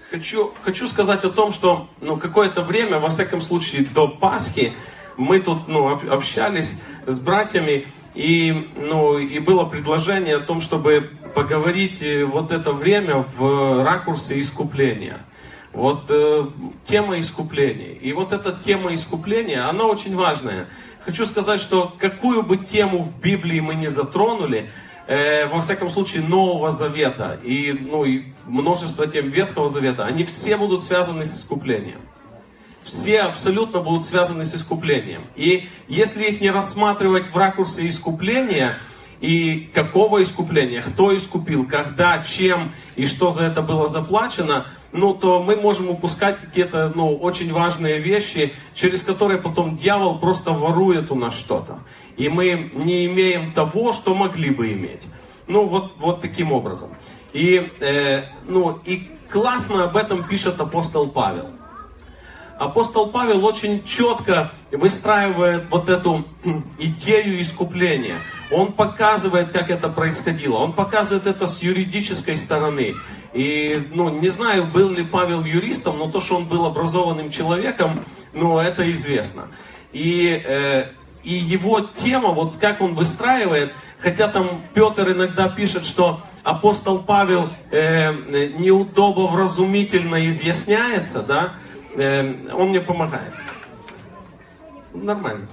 хочу сказать о том, что какое-то время, во всяком случае до Пасхи, мы тут общались с братьями, и было предложение о том, чтобы поговорить вот это время в ракурсе искупления. Вот тема искупления. И вот эта тема искупления, она очень важная. Хочу сказать, что какую бы тему в Библии мы не затронули, во всяком случае Нового Завета и множество тем Ветхого Завета, они все будут связаны с искуплением. Все абсолютно будут связаны с искуплением. И если их не рассматривать в ракурсе искупления, и какого искупления, кто искупил, когда, чем и что за это было заплачено, то мы можем упускать какие-то очень важные вещи, через которые потом дьявол просто ворует у нас что-то. И мы не имеем того, что могли бы иметь. Вот таким образом. И классно об этом пишет апостол Павел. Апостол Павел очень четко выстраивает вот эту идею искупления. Он показывает, как это происходило. Он показывает это с юридической стороны. И, не знаю, был ли Павел юристом, но то, что он был образованным человеком, это известно. И его тема, вот как он выстраивает, хотя там Петр иногда пишет, что апостол Павел неудобовразумительно изъясняется, да, он мне помогает. Нормально.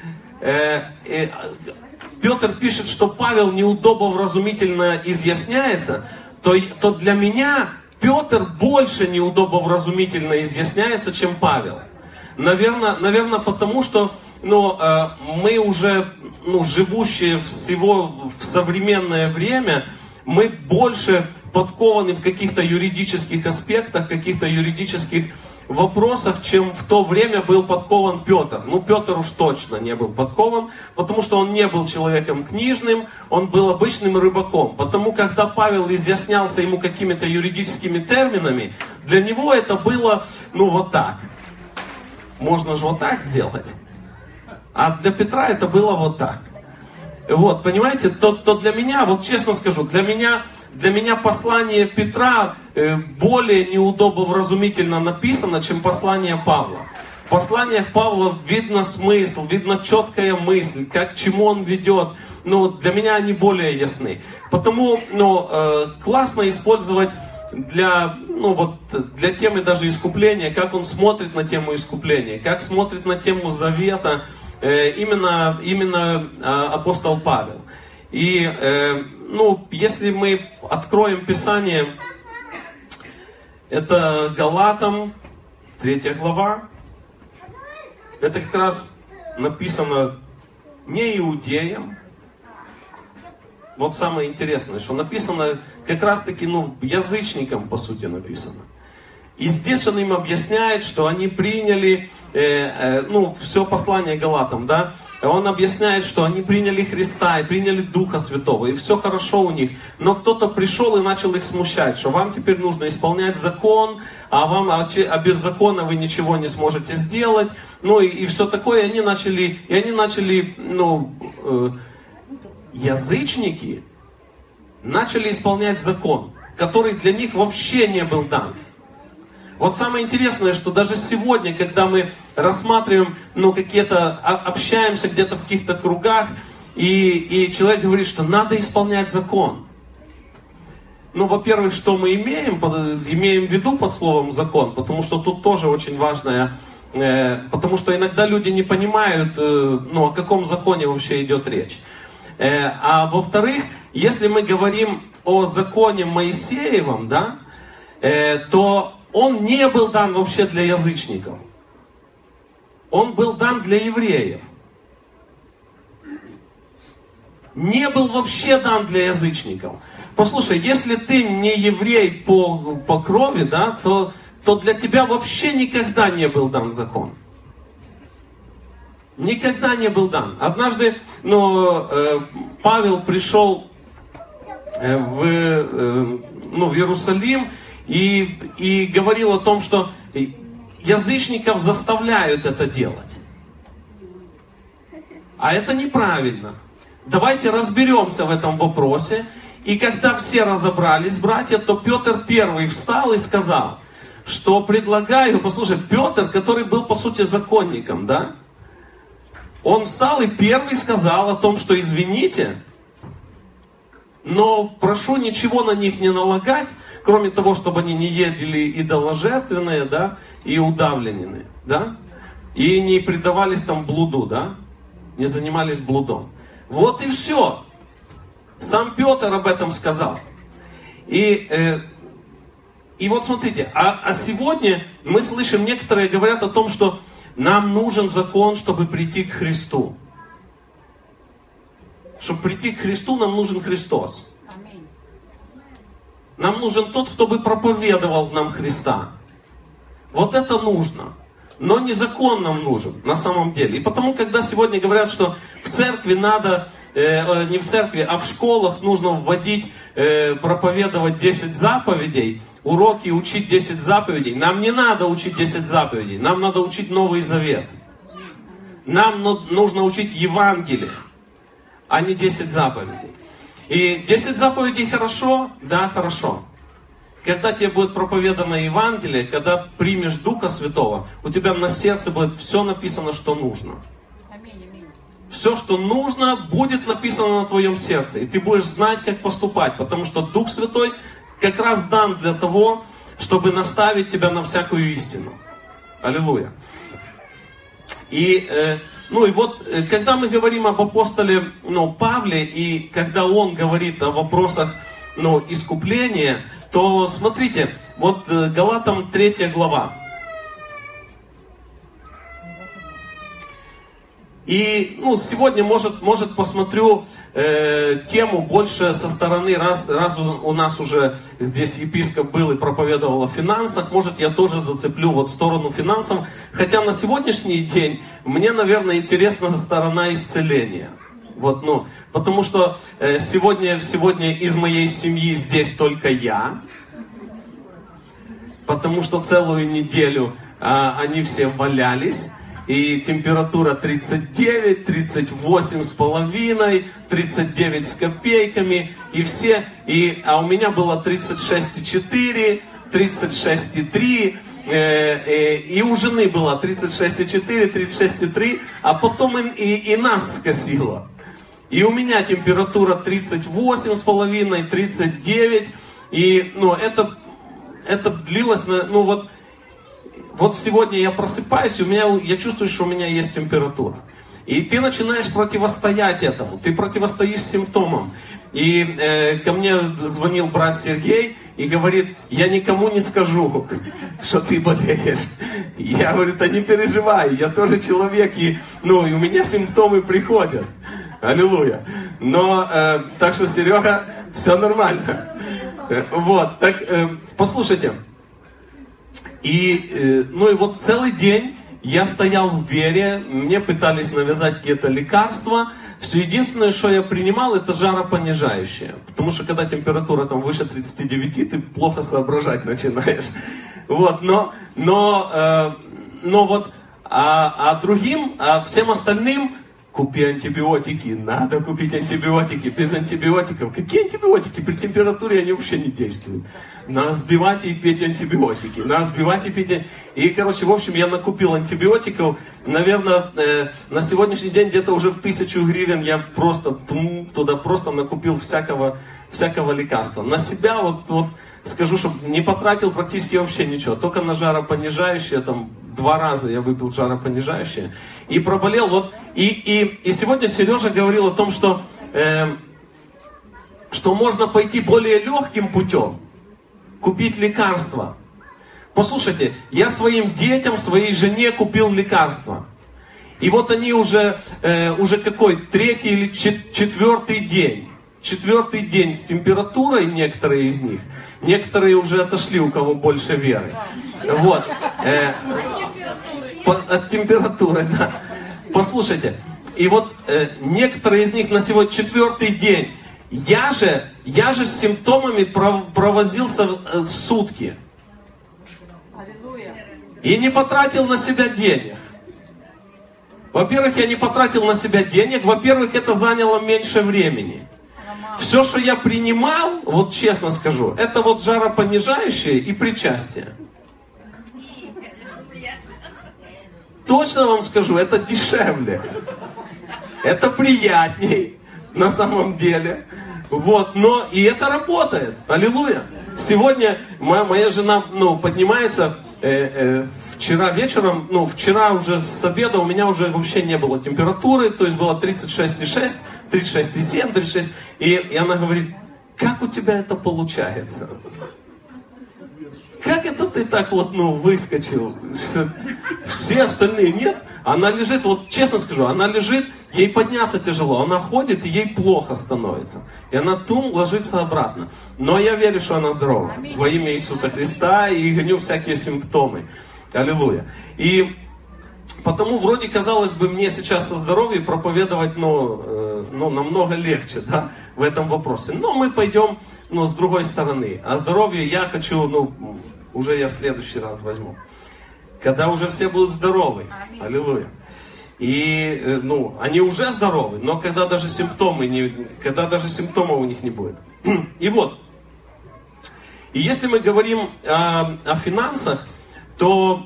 Петр пишет, что Павел неудобовразумительно изъясняется, то для меня Петр больше неудобовразумительно изъясняется, чем Павел. Наверное, потому что мы уже, живущие в современное время, мы больше подкованы в каких-то юридических аспектах, каких-то юридических вопросах, чем в то время был подкован Петр. Петр уж точно не был подкован, потому что он не был человеком книжным, он был обычным рыбаком. Потому, когда Павел изъяснялся ему какими-то юридическими терминами, для него это было, вот так. Можно же вот так сделать. А для Петра это было вот так. Вот, понимаете, то для меня, вот честно скажу, для меня послание Петра более неудобовразумительно написано, чем послание Павла. В посланиях Павла видно смысл, видно четкая мысль, к чему он ведет. Для меня они более ясны. Потому классно использовать для темы даже искупления, как он смотрит на тему искупления, как смотрит на тему завета именно апостол Павел. И если мы откроем Писание, это Галатам, 3 глава, это как раз написано не иудеям. Вот самое интересное, что написано как раз таки, язычникам, по сути, написано. И здесь он им объясняет, что они приняли, все послание Галатам, да, он объясняет, что они приняли Христа и приняли Духа Святого, и все хорошо у них. Но кто-то пришел и начал их смущать, что вам теперь нужно исполнять закон, а без закона вы ничего не сможете сделать, и все такое. И они начали, язычники начали исполнять закон, который для них вообще не был дан. Вот самое интересное, что даже сегодня, когда мы рассматриваем, общаемся где-то в каких-то кругах, и человек говорит, что надо исполнять закон. Во-первых, что мы имеем в виду под словом закон, потому что тут тоже очень важное, потому что иногда люди не понимают, о каком законе вообще идет речь. А во-вторых, если мы говорим о законе Моисеевом, да, то он не был дан вообще для язычников. Он был дан для евреев. Не был вообще дан для язычников. Послушай, если ты не еврей по крови, да, то для тебя вообще никогда не был дан закон. Никогда не был дан. Однажды Павел пришел в Иерусалим и говорил о том, что язычников заставляют это делать. А это неправильно. Давайте разберемся в этом вопросе. И когда все разобрались, братья, то Петр первый встал и сказал, что предлагаю, послушай, Петр, который был по сути законником, да? Он встал и первый сказал о том, что извините, но прошу ничего на них не налагать, кроме того, чтобы они не едали идоложертвенные, да, и удавленные, да, и не предавались там блуду, да, не занимались блудом. Вот и все. Сам Петр об этом сказал. И вот смотрите, а сегодня мы слышим, некоторые говорят о том, что нам нужен закон, чтобы прийти к Христу. Чтобы прийти к Христу, нам нужен Христос. Нам нужен тот, кто бы проповедовал нам Христа. Вот это нужно. Но не закон нам нужен на самом деле. И потому, когда сегодня говорят, что в церкви надо, не в церкви, а в школах нужно вводить, проповедовать 10 заповедей, уроки учить 10 заповедей. Нам не надо учить 10 заповедей, нам надо учить Новый Завет. Нам нужно учить Евангелие, а не 10 заповедей. И 10 заповедей хорошо? Да, хорошо. Когда тебе будет проповедано Евангелие, когда примешь Духа Святого, у тебя на сердце будет все написано, что нужно. Все, что нужно, будет написано на твоем сердце. И ты будешь знать, как поступать. Потому что Дух Святой как раз дан для того, чтобы наставить тебя на всякую истину. Аллилуйя. И вот, когда мы говорим об апостоле Павле, и когда он говорит о вопросах искупления, то смотрите, вот Галатам 3 глава. И сегодня, может посмотрю тему больше со стороны, раз у нас уже здесь епископ был и проповедовал о финансах, может я тоже зацеплю вот сторону финансов. Хотя на сегодняшний день мне, наверное, интересна сторона исцеления. Потому что сегодня из моей семьи здесь только я. Потому что целую неделю они все валялись. И температура 39, 38 с половиной, 39 с копейками. А у меня было 36,4, 36,3. И у жены было 36,4, 36,3. А потом и нас скосило. И у меня температура 38 с половиной, 39. И это длилось, вот сегодня я просыпаюсь, и я чувствую, что у меня есть температура. И ты начинаешь противостоять этому, ты противостоишь симптомам. И ко мне звонил брат Сергей и говорит: я никому не скажу, что ты болеешь. Я говорю: да не переживай, я тоже человек, и у меня симптомы приходят. Аллилуйя. Но, так что, Серега, все нормально. Вот, так, послушайте. И вот целый день я стоял в вере, мне пытались навязать какие-то лекарства. Все единственное, что я принимал, это жаропонижающее. Потому что когда температура там выше 39, ты плохо соображать начинаешь. Вот, всем остальным: купи антибиотики, надо купить антибиотики. Без антибиотиков. Какие антибиотики? При температуре они вообще не действуют. Надо сбивать и пить антибиотики. И, в общем, я накупил антибиотиков. Наверное, на сегодняшний день где-то уже в 1000 гривен я просто туда накупил всякого лекарства. На себя скажу, что не потратил практически вообще ничего. Только на жаропонижающее, 2 раза я выпил жаропонижающее. И проболел. И сегодня Сережа говорил о том, что можно пойти более легким путем. Купить лекарства. Послушайте, я своим детям, своей жене купил лекарства. И вот они уже какой? 3-й или 4-й день. 4-й день с температурой, некоторые из них. Некоторые уже отошли, у кого больше веры. Вот. От температуры, да. Послушайте. И вот некоторые из них на сегодня 4-й день. Я же с симптомами провозился сутки. И не потратил на себя денег. Во-первых, я не потратил на себя денег. Во-первых, это заняло меньше времени. Все, что я принимал, честно скажу, это жаропонижающее и причастие. точно вам скажу, это дешевле. Это приятней на самом деле. Вот, но и это работает. Аллилуйя. Сегодня моя жена, поднимается, вчера вечером, вчера уже с обеда у меня уже вообще не было температуры, то есть было 36,6, 36,7, 36. И она говорит, как у тебя это получается? Как это ты так выскочил? Все остальные нет. Она лежит, честно скажу, она лежит, ей подняться тяжело. Она ходит, и ей плохо становится. И она ложится обратно. Но я верю, что она здорова. Во имя Иисуса Христа, и гоню всякие симптомы. Аллилуйя. И потому вроде, казалось бы, мне сейчас о здоровье проповедовать, намного легче, да, в этом вопросе. Но мы пойдем, с другой стороны. О здоровье я хочу, уже я в следующий раз возьму. Когда уже все будут здоровы. Аллилуйя. И, они уже здоровы, но когда даже симптомов у них не будет. И вот. И если мы говорим о финансах, то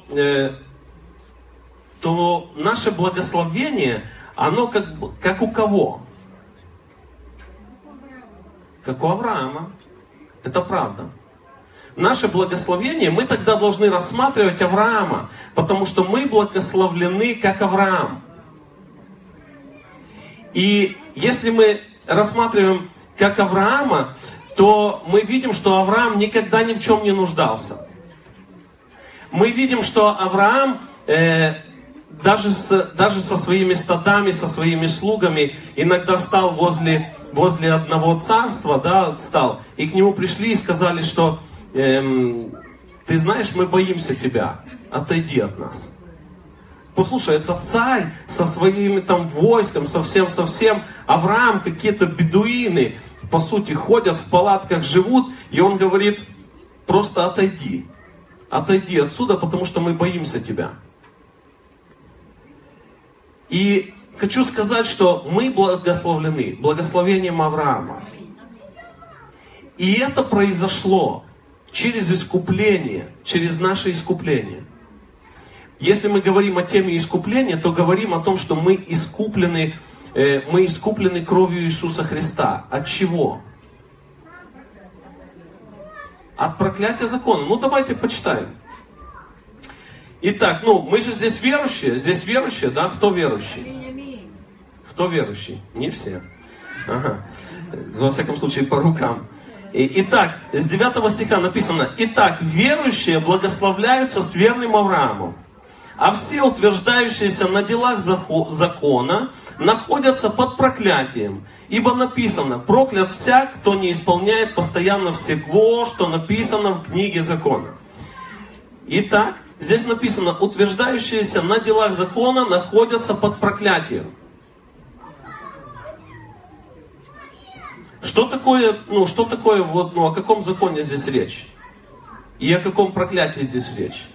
наше благословение, оно как у кого? Как у Авраама. Это правда. Наше благословение, мы тогда должны рассматривать Авраама, потому что мы благословлены, как Авраам. И если мы рассматриваем как Авраама, то мы видим, что Авраам никогда ни в чем не нуждался. Мы видим, что Авраам даже со своими стадами, со своими слугами иногда стал возле одного царства, да, стал. И к нему пришли и сказали, что ты знаешь, мы боимся тебя, отойди от нас. Послушай, это царь со своими войском, совсем. Авраам, какие-то бедуины, по сути, ходят в палатках, живут. И он говорит, просто отойди. Отойди отсюда, потому что мы боимся тебя. И хочу сказать, что мы благословлены благословением Авраама. И это произошло через искупление, через наше искупление. Если мы говорим о теме искупления, то говорим о том, что мы искуплены кровью Иисуса Христа. От чего? От проклятия закона. Давайте почитаем. Итак, мы же здесь верующие, да? Кто верующий? Кто верующий? Не все. Ага. Во всяком случае, по рукам. Итак, с 9 стиха написано: «Итак, верующие благословляются с верным Авраамом, а все, утверждающиеся на делах закона, находятся под проклятием. Ибо написано: проклят всяк, кто не исполняет постоянно всего, что написано в книге закона». Итак, здесь написано: утверждающиеся на делах закона находятся под проклятием. Что такое, о каком законе здесь речь? И о каком проклятии здесь речь?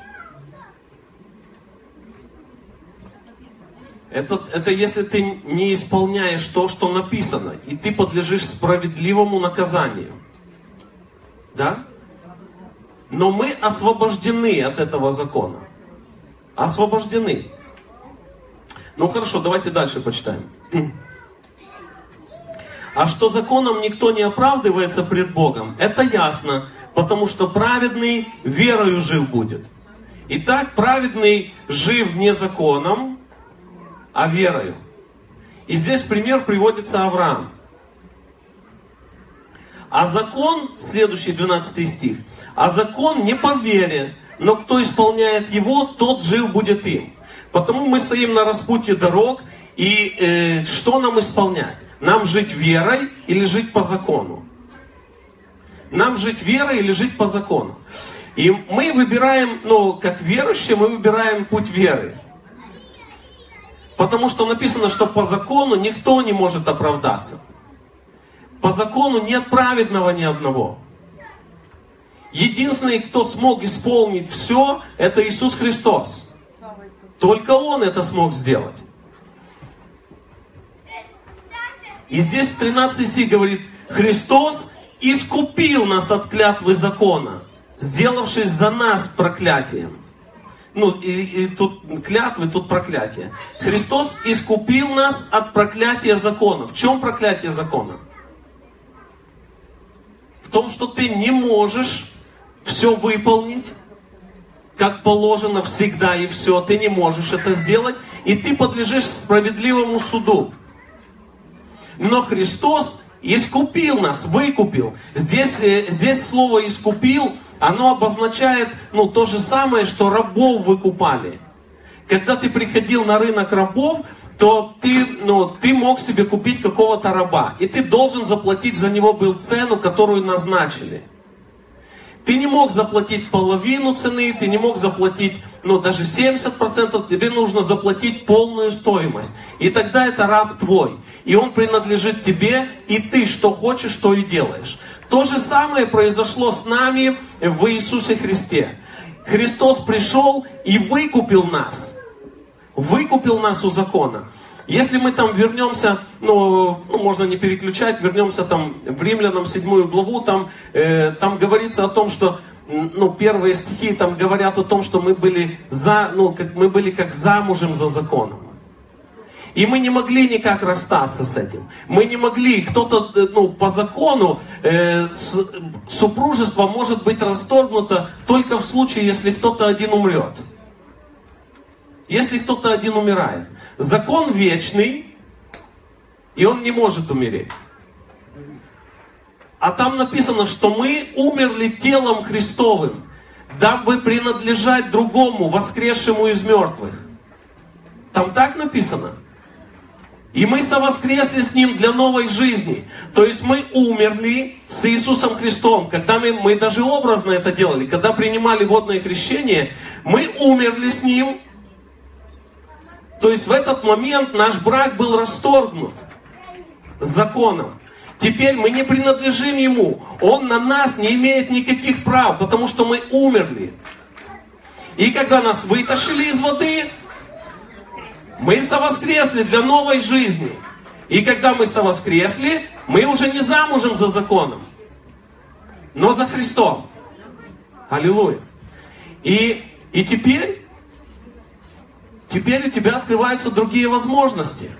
Это если ты не исполняешь то, что написано, и ты подлежишь справедливому наказанию. Да? Но мы освобождены от этого закона. Освобождены. Хорошо, давайте дальше почитаем. «А что законом никто не оправдывается пред Богом, это ясно, потому что праведный верою жив будет. Итак, праведный жив не законом, а верою». И здесь пример приводится Авраам. А закон, следующий 12 стих, «А закон не по вере, но кто исполняет его, тот жив будет им». Потому мы стоим на распутье дорог, и что нам исполнять? Нам жить верой или жить по закону? Нам жить верой или жить по закону? И мы выбираем, как верующие, мы выбираем путь веры. Потому что написано, что по закону никто не может оправдаться. По закону нет праведного ни одного. Единственный, кто смог исполнить все, это Иисус Христос. Только Он это смог сделать. И здесь 13 стих говорит: «Христос искупил нас от клятвы закона, сделавшись за нас проклятием». и тут клятвы, тут проклятие. Христос искупил нас от проклятия закона. В чем проклятие закона? В том, что ты не можешь все выполнить, как положено всегда и все. Ты не можешь это сделать, и ты подлежишь справедливому суду. Но Христос искупил нас, выкупил. Здесь слово «искупил», оно обозначает то же самое, что рабов выкупали. Когда ты приходил на рынок рабов, то ты мог себе купить какого-то раба. И ты должен заплатить за него был цену, которую назначили. Ты не мог заплатить половину цены, ты не мог заплатить даже 70%, тебе нужно заплатить полную стоимость. И тогда это раб твой. И он принадлежит тебе, и ты что хочешь, то и делаешь. То же самое произошло с нами в Иисусе Христе. Христос пришел и выкупил нас. Выкупил нас у закона. Если мы там вернемся, можно не переключать, вернемся там в Римлянам 7 главу, там говорится о том, что первые стихи там говорят о том, что мы были как замужем за законом. И мы не могли никак расстаться с этим. Мы не могли, по закону супружество может быть расторгнуто только в случае, если кто-то один умрет. Если кто-то один умирает. Закон вечный, и он не может умереть. А там написано, что мы умерли телом Христовым, дабы принадлежать другому, воскресшему из мертвых. Там так написано. И мы совоскресли с Ним для новой жизни. То есть мы умерли с Иисусом Христом. Когда мы даже образно это делали, когда принимали водное крещение, мы умерли с Ним. То есть в этот момент наш брак был расторгнут с законом. Теперь мы не принадлежим Ему. Он на нас не имеет никаких прав, потому что мы умерли. И когда нас вытащили из воды, мы совоскресли для новой жизни. И когда мы совоскресли, мы уже не замужем за законом, но за Христом. Аллилуйя. И теперь у тебя открываются другие возможности.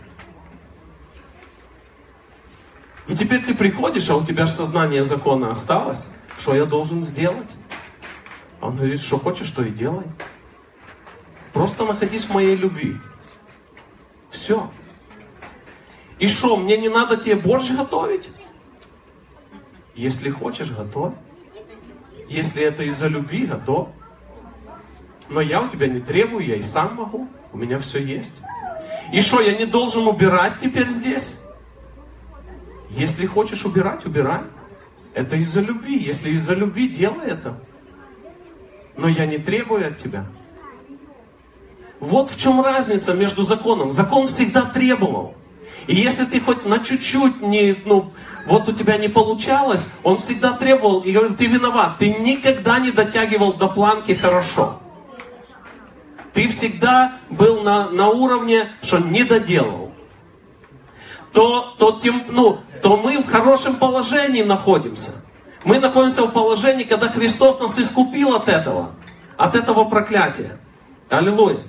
И теперь ты приходишь, а у тебя же сознание закона осталось. Что я должен сделать? А он говорит, что хочешь, то и делай. Просто находись в моей любви. Все. И что, мне не надо тебе борщ готовить? Если хочешь, готовь. Если это из-за любви, готовь. Но я у тебя не требую, я и сам могу. У меня все есть. И что, я не должен убирать теперь здесь? Если хочешь убирать, убирай. Это из-за любви. Если из-за любви, делай это. Но я не требую от тебя. Вот в чем разница между законом. Закон всегда требовал. И если ты хоть на чуть-чуть вот у тебя не получалось, он всегда требовал и говорил, ты виноват. Ты никогда не дотягивал до планки хорошо. Ты всегда был на уровне, что не доделал. То мы в хорошем положении находимся. Мы находимся в положении, когда Христос нас искупил от этого проклятия. Аллилуйя.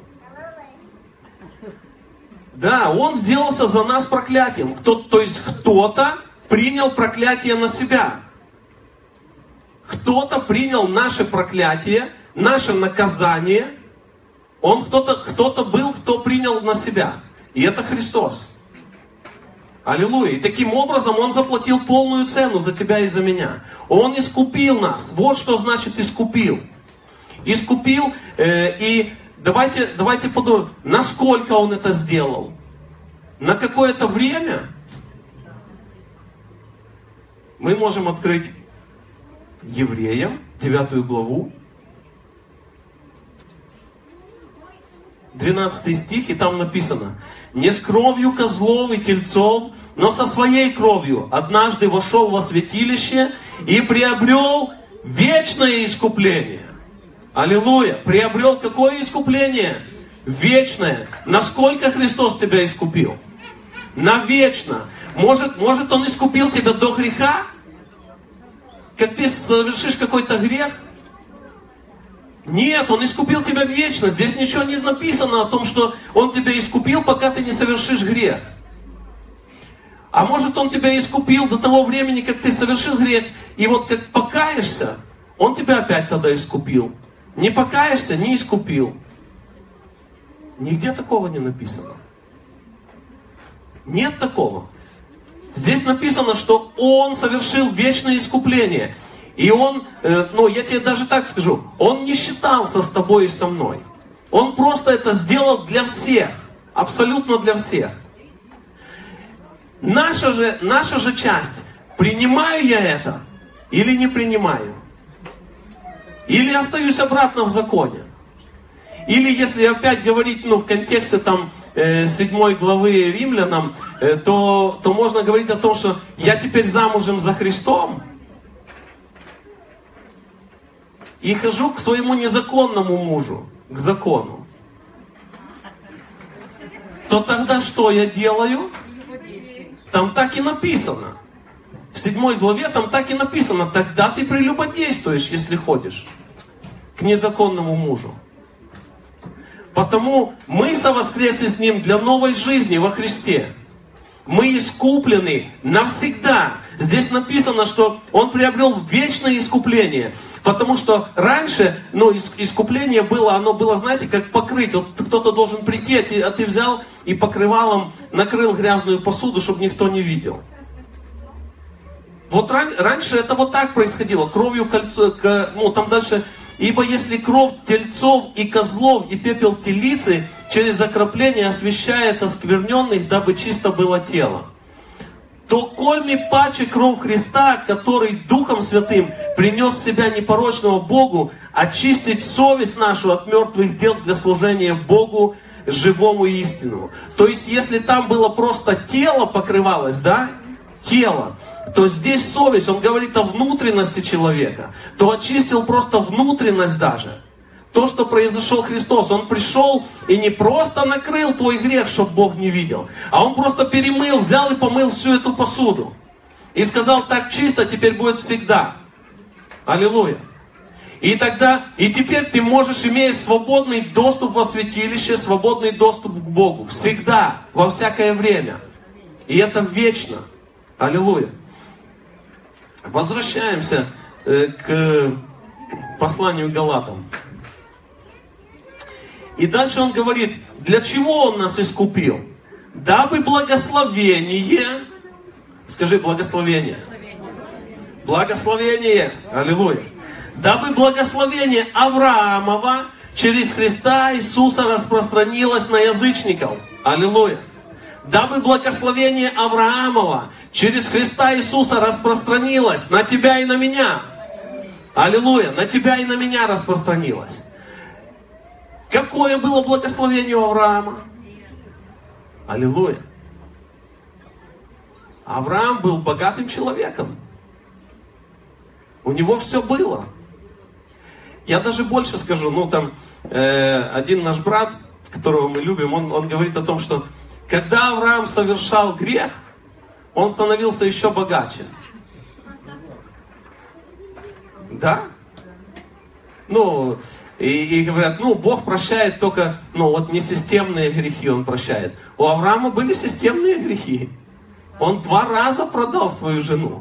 Да, Он сделался за нас проклятием. То есть кто-то принял проклятие на себя. Кто-то принял наше проклятие, наше наказание. Кто-то был, кто принял на себя. И это Христос. Аллилуйя. И таким образом Он заплатил полную цену за тебя и за меня. Он искупил нас. Вот что значит искупил. Искупил и... Давайте подумаем, насколько Он это сделал. На какое-то время мы можем открыть Евреям, 9 главу, 12 стих, и там написано: «Не с кровью козлов и тельцов, но со своей кровью однажды вошел во святилище и приобрел вечное искупление». Аллилуйя! Приобрел какое искупление? Вечное. Насколько Христос тебя искупил? Навечно. Может Он искупил тебя до греха? Как ты совершишь какой-то грех? Нет, Он искупил тебя вечно. Здесь ничего не написано о том, что Он тебя искупил, пока ты не совершишь грех. А может, Он тебя искупил до того времени, как ты совершил грех, и вот как покаешься, Он тебя опять тогда искупил. Не покаешься, не искупил. Нигде такого не написано. Нет такого. Здесь написано, что Он совершил вечное искупление. И Он, я тебе даже так скажу, Он не считался с тобой и со мной. Он просто это сделал для всех. Абсолютно для всех. Наша же часть, принимаю я это или не принимаю? Или остаюсь обратно в законе? Или если опять говорить в контексте 7 главы Римлянам, то можно говорить о том, что я теперь замужем за Христом и хожу к своему незаконному мужу, к закону. То тогда что я делаю? Там так и написано. В 7 главе там так и написано. Тогда ты прелюбодействуешь, если ходишь к незаконному мужу. Потому мы совоскресли с Ним для новой жизни во Христе. Мы искуплены навсегда. Здесь написано, что Он приобрел вечное искупление. Потому что раньше, искупление было, оно было, знаете, как покрыть. Вот кто-то должен прийти, а ты взял и покрывалом накрыл грязную посуду, чтобы никто не видел. Вот раньше это вот так происходило. Кровью кольцо, там дальше... Ибо если кровь тельцов и козлов и пепел телицы через окропление освящает оскверненных, дабы чисто было тело, то коль ми паче кровь Христа, который Духом Святым принес себя непорочного Богу, очистить совесть нашу от мертвых дел для служения Богу живому и истинному. То есть, если там было просто тело покрывалось, тело, то здесь совесть, он говорит о внутренности человека, то очистил просто внутренность даже. То, что произошел Христос, Он пришел и не просто накрыл твой грех, чтобы Бог не видел, а Он просто перемыл, взял и помыл всю эту посуду. И сказал, так чисто теперь будет всегда. Аллилуйя. И теперь ты можешь иметь свободный доступ во святилище, свободный доступ к Богу. Всегда, во всякое время. И это вечно. Аллилуйя. Возвращаемся к посланию к Галатам. И дальше он говорит, для чего Он нас искупил? Дабы благословение, скажи благословение. Благословение. Аллилуйя. Дабы благословение Авраамова через Христа Иисуса распространилось на язычников. Аллилуйя. Дабы благословение Авраамова через Христа Иисуса распространилось на тебя и на меня. Аллилуйя, на тебя и на меня распространилось. Какое было благословение у Авраама? Аллилуйя. Авраам был богатым человеком. У него все было. Я даже больше скажу, один наш брат, которого мы любим, он говорит о том, что когда Авраам совершал грех, он становился еще богаче. Да? И говорят, Бог прощает только, несистемные грехи Он прощает. У Авраама были системные грехи. Он 2 раза продал свою жену.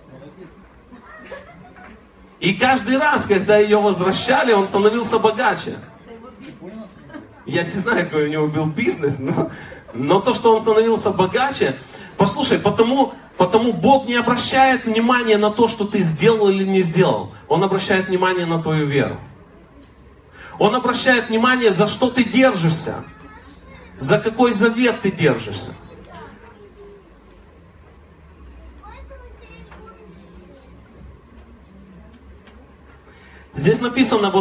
И каждый раз, когда ее возвращали, он становился богаче. Я не знаю, какой у него был бизнес, но то, что он становился богаче, послушай, потому Бог не обращает внимания на то, что ты сделал или не сделал. Он обращает внимание на твою веру. Он обращает внимание, за что ты держишься, за какой завет ты держишься. Здесь написано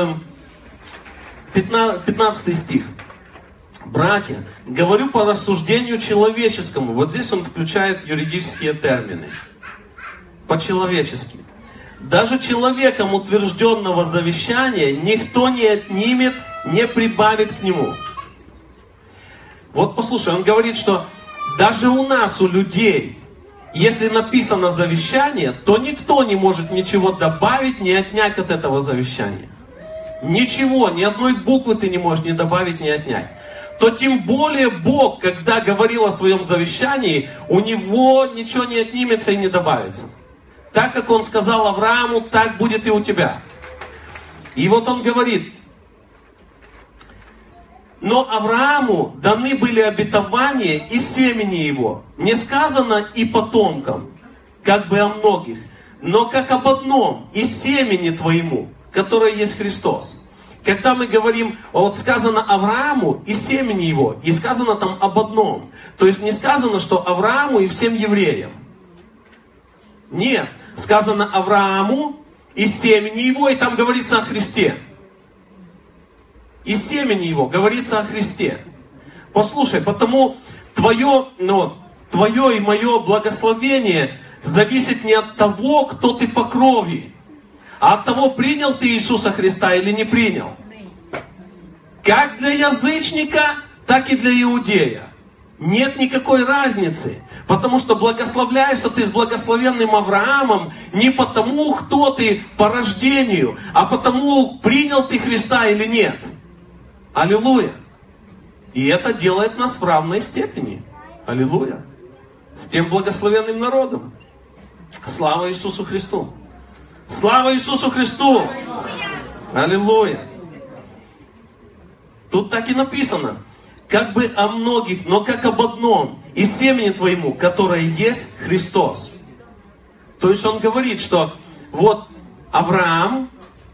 15 стих. Братья, говорю по рассуждению человеческому. Вот здесь он включает юридические термины. По-человечески. Даже человеком утвержденного завещания никто не отнимет, не прибавит к нему. Вот послушай, он говорит, что даже у нас, у людей, если написано завещание, то никто не может ничего добавить, не отнять от этого завещания. ничего, ни одной буквы ты не можешь ни добавить, ни отнять, то тем более Бог, когда говорил о своем завещании, у него ничего не отнимется и не добавится. Так как он сказал Аврааму, так будет и у тебя. И вот он говорит: но Аврааму даны были обетования и семени его. Не сказано и потомкам, как бы о многих, но как об одном, и семени твоему, которое есть Христос. Когда мы говорим, вот сказано Аврааму и семени его, и сказано там об одном. То есть не сказано, что Аврааму и всем евреям. Нет, сказано Аврааму и семени его, и там говорится о Христе. И семени его, говорится о Христе. Послушай, потому твое и мое благословение зависит не от того, кто ты по крови, а от того, принял ты Иисуса Христа или не принял. Как для язычника, так и для иудея. Нет никакой разницы. Потому что благословляешься ты с благословенным Авраамом не потому, кто ты по рождению, а потому, принял ты Христа или нет. Аллилуйя. И это делает нас в равной степени. Аллилуйя. С тем благословенным народом. Слава Иисусу Христу. Слава Иисусу Христу! Аллилуйя! Тут так и написано: как бы о многих, но как об одном, и семени твоему, которое есть Христос. То есть он говорит, что вот Авраам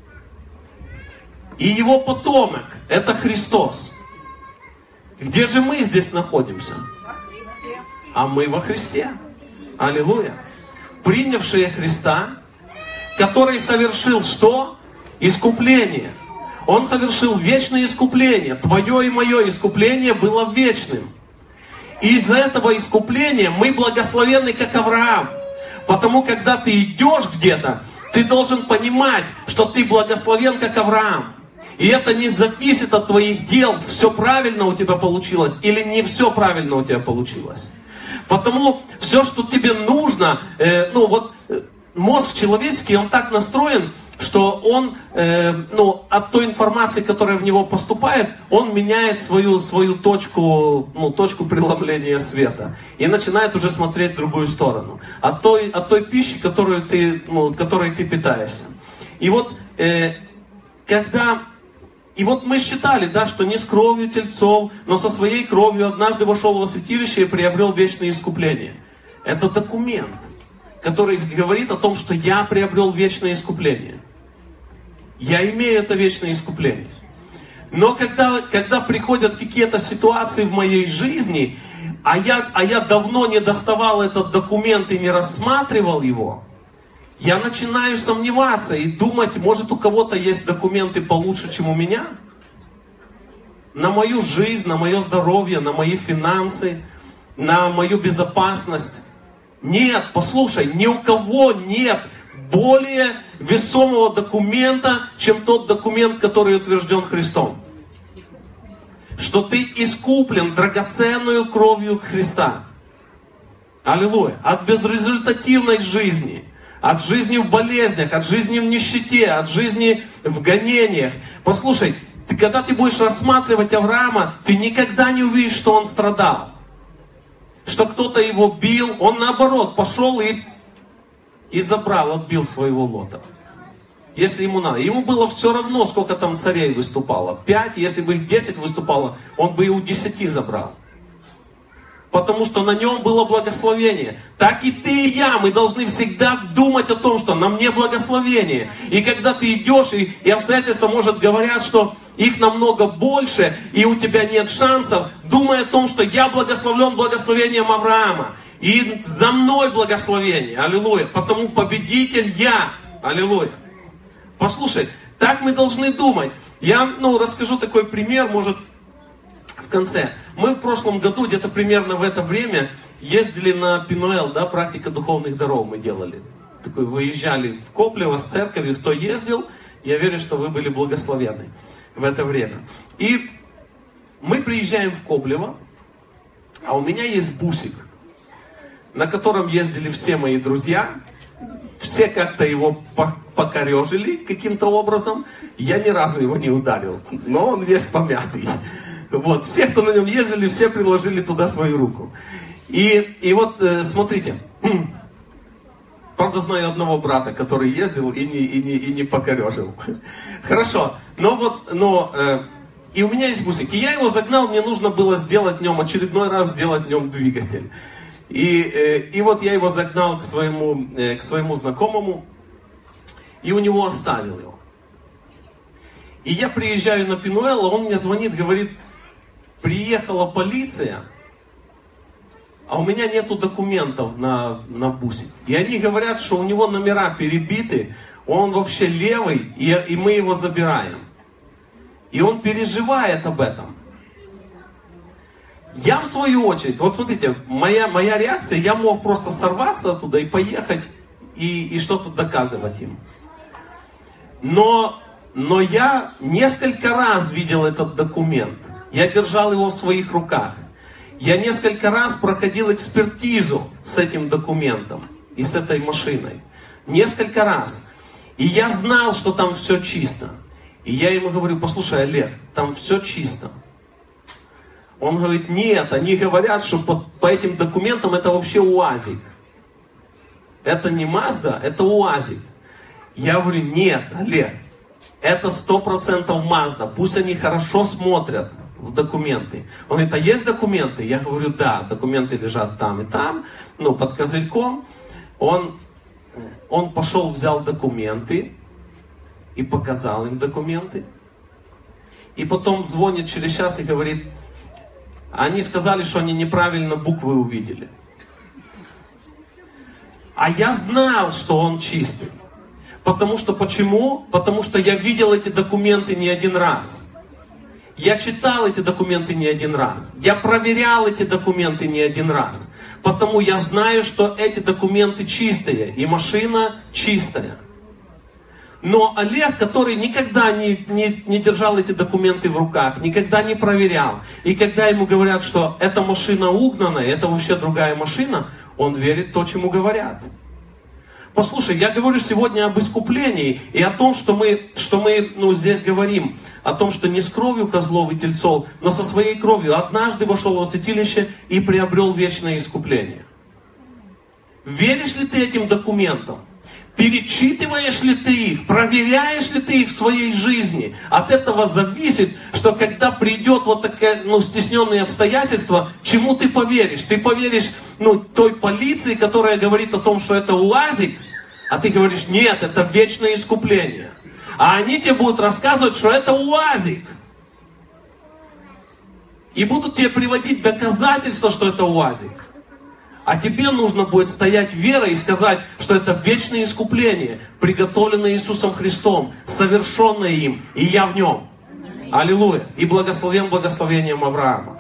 и его потомок, это Христос. Где же мы здесь находимся? А мы во Христе. Аллилуйя! Принявшие Христа, который совершил что? Искупление. Он совершил вечное искупление. Твое и мое искупление было вечным. И из-за этого искупления мы благословенны, как Авраам. Потому, когда ты идешь где-то, ты должен понимать, что ты благословен, как Авраам. И это не зависит от твоих дел, все правильно у тебя получилось или не все правильно у тебя получилось. Потому все, что тебе нужно, мозг человеческий, он так настроен, что он от той информации, которая в него поступает, он меняет свою точку преломления света. И начинает уже смотреть в другую сторону. От той пищи, которой ты питаешься. И вот, И вот мы считали, да, что не с кровью тельцов, но со своей кровью однажды вошел во святилище и приобрел вечное искупление. Это документ, который говорит о том, что я приобрел вечное искупление. Я имею это вечное искупление. Но когда приходят какие-то ситуации в моей жизни, а я давно не доставал этот документ и не рассматривал его, я начинаю сомневаться и думать, может, у кого-то есть документы получше, чем у меня? На мою жизнь, на мое здоровье, на мои финансы, на мою безопасность. Нет, послушай, ни у кого нет более весомого документа, чем тот документ, который утвержден Христом. Что ты искуплен драгоценную кровью Христа. Аллилуйя. От безрезультативной жизни. От жизни в болезнях, от жизни в нищете, от жизни в гонениях. Послушай, когда ты будешь рассматривать Авраама, ты никогда не увидишь, что он страдал. Что кто-то его бил, он наоборот пошел и забрал, отбил своего Лота. Если ему надо. Ему было все равно, сколько там царей выступало. 5, если бы их 10 выступало, он бы и у 10 забрал. Потому что на нем было благословение. Так и ты и я, мы должны всегда думать о том, что на мне благословение. И когда ты идешь, и обстоятельства, может, говорят, что их намного больше, и у тебя нет шансов, думай о том, что я благословлен благословением Авраама. И за мной благословение. Аллилуйя. Потому победитель я. Аллилуйя. Послушай, так мы должны думать. Я расскажу такой пример, может, в конце. Мы в прошлом году, где-то примерно в это время, ездили на Пинуэл, да, практика духовных даров мы делали. Такой, выезжали в Коплево с церковью, кто ездил, я верю, что вы были благословенны в это время. И мы приезжаем в Коплево, а у меня есть бусик, на котором ездили все мои друзья, все как-то его покорежили каким-то образом. Я ни разу его не ударил, но он весь помятый. Вот, все, кто на нем ездили, все приложили туда свою руку. И вот, смотрите, правда, знаю одного брата, который ездил и не покорежил. Хорошо, и у меня есть бусик. И я его загнал, мне нужно было сделать в нем, очередной раз сделать в нем двигатель. И вот я его загнал к своему знакомому, и у него оставил его. И я приезжаю на Пинуэлло, он мне звонит, говорит, приехала полиция, а у меня нету документов на бусик. И они говорят, что у него номера перебиты, он вообще левый, и мы его забираем. И он переживает об этом. Я в свою очередь, вот смотрите, моя реакция, я мог просто сорваться оттуда и поехать, и что-то доказывать им. Но я несколько раз видел этот документ. Я держал его в своих руках. Я несколько раз проходил экспертизу с этим документом и с этой машиной. Несколько раз. И я знал, что там все чисто. И я ему говорю, послушай, Олег, там все чисто. Он говорит, нет, они говорят, что по этим документам это вообще УАЗик. Это не Мазда, это УАЗик. Я говорю, нет, Олег, это 100% Мазда. Пусть они хорошо смотрят в документы. Он говорит, а есть документы? Я говорю, да, документы лежат там и там, под козырьком. Он пошел, взял документы и показал им документы. И потом звонит через час и говорит, они сказали, что они неправильно буквы увидели. А я знал, что он чистый. Потому что почему? Потому что я видел эти документы не один раз. Я читал эти документы не один раз. Я проверял эти документы не один раз. Потому я знаю, что эти документы чистые. И машина чистая. Но Олег, который никогда не держал эти документы в руках, никогда не проверял, и когда ему говорят, что эта машина угнана, это вообще другая машина, он верит в то, чему говорят. Послушай, я говорю сегодня об искуплении и о том, что мы здесь говорим, о том, что не с кровью козлов и тельцов, но со своей кровью однажды вошел во святилище и приобрел вечное искупление. Веришь ли ты этим документам? Перечитываешь ли ты их? Проверяешь ли ты их в своей жизни? От этого зависит, что когда придет вот такие стесненные обстоятельства, чему ты поверишь? Ты поверишь той полиции, которая говорит о том, что это УАЗик, а ты говоришь, нет, это вечное искупление. А они тебе будут рассказывать, что это УАЗик. И будут тебе приводить доказательства, что это УАЗик. А тебе нужно будет стоять верой и сказать, что это вечное искупление, приготовленное Иисусом Христом, совершенное им, и я в нем. Аллилуйя. И благословен благословением Авраама.